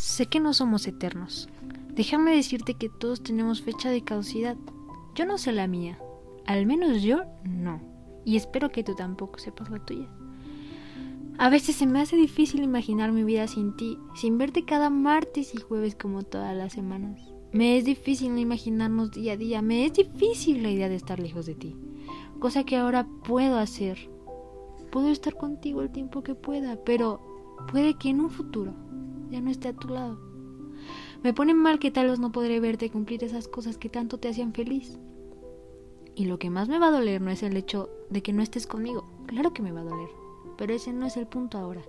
Sé que no somos eternos. Déjame decirte que todos tenemos fecha de caducidad. Yo no sé la mía. Al menos yo no. Y espero que tú tampoco sepas la tuya. A veces se me hace difícil imaginar mi vida sin ti, sin verte cada martes y jueves como todas las semanas. Me es difícil no imaginarnos día a día. Me es difícil la idea de estar lejos de ti. Cosa que ahora puedo hacer. Puedo estar contigo el tiempo que pueda, pero puede que en un futuro ya no esté a tu lado. Me pone mal que tal vez no podré verte cumplir esas cosas que tanto te hacían feliz. Y lo que más me va a doler no es el hecho de que no estés conmigo. Claro que me va a doler, pero ese no es el punto ahora.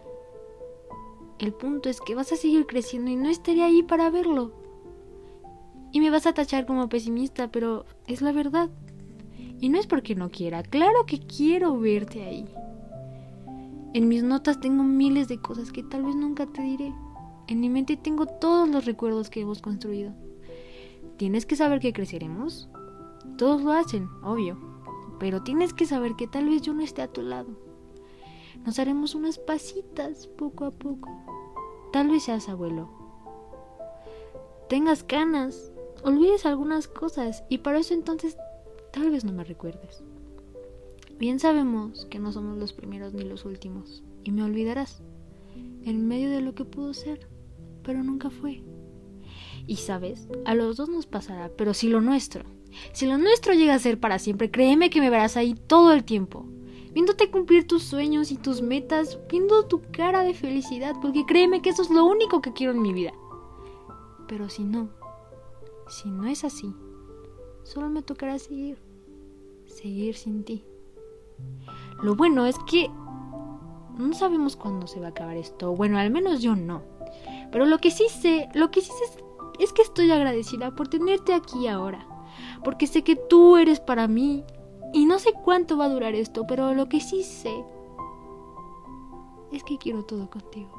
El punto es que vas a seguir creciendo y no estaré ahí para verlo. Y me vas a tachar como pesimista, pero es la verdad. Y no es porque no quiera, claro que quiero verte ahí. En mis notas tengo miles de cosas que tal vez nunca te diré. En mi mente tengo todos los recuerdos que hemos construido. Tienes que saber que creceremos. Todos lo hacen, obvio. Pero tienes que saber que tal vez yo no esté a tu lado. Nos haremos unas pasitas poco a poco. Tal vez seas abuelo. Tengas canas. Olvides algunas cosas. Y para eso entonces tal vez no me recuerdes. Bien sabemos que no somos los primeros ni los últimos. Y me olvidarás. En medio de lo que pudo ser. Pero nunca fue. Y sabes, a los dos nos pasará. Pero si lo nuestro llega a ser para siempre, créeme que me verás ahí todo el tiempo. Viéndote cumplir tus sueños y tus metas. Viendo tu cara de felicidad. Porque créeme que eso es lo único que quiero en mi vida. Pero si no es así, solo me tocará seguir sin ti. Lo bueno es que no sabemos cuándo se va a acabar esto. Bueno, al menos yo no. Pero lo que sí sé es que estoy agradecida por tenerte aquí ahora. Porque sé que tú eres para mí. Y no sé cuánto va a durar esto, pero lo que sí sé es que quiero todo contigo.